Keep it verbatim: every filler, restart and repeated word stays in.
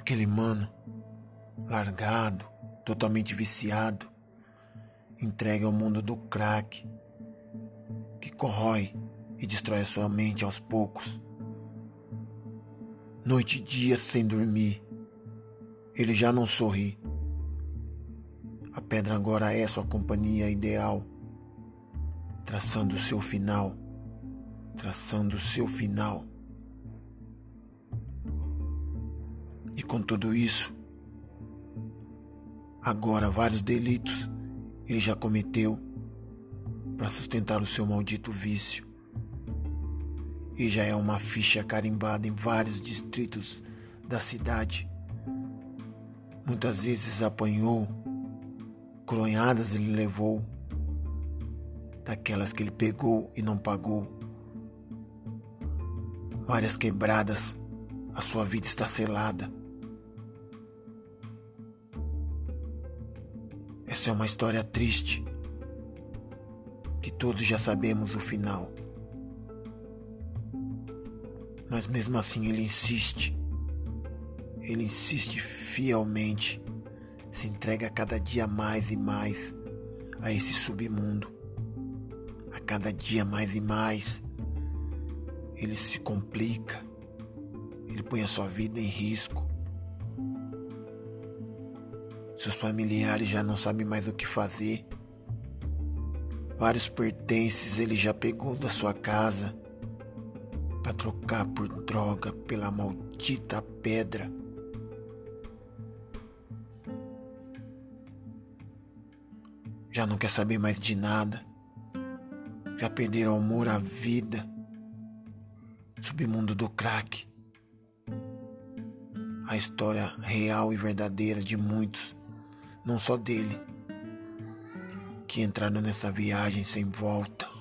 Aquele mano, largado, totalmente viciado, entregue ao mundo do crack, que corrói e destrói a sua mente aos poucos. Noite e dia sem dormir, ele já não sorri. A pedra agora é sua companhia ideal, traçando o seu final, traçando o seu final. E com tudo isso, agora vários delitos ele já cometeu para sustentar o seu maldito vício. E já é uma ficha carimbada em vários distritos da cidade. Muitas vezes apanhou, coronhadas ele levou, daquelas que ele pegou e não pagou. Várias quebradas, a sua vida está selada. Essa é uma história triste, que todos já sabemos o final. Mas mesmo assim ele insiste, ele insiste fielmente, se entrega cada dia mais e mais a esse submundo. A cada dia mais e mais, ele se complica, ele põe a sua vida em risco. Seus familiares já não sabem mais o que fazer. Vários pertences ele já pegou da sua casa para trocar por droga, pela maldita pedra. Já não quer saber mais de nada. Já perderam o amor à vida. Submundo do crack. A história real e verdadeira de muitos, não só dele, que entraram nessa viagem sem volta.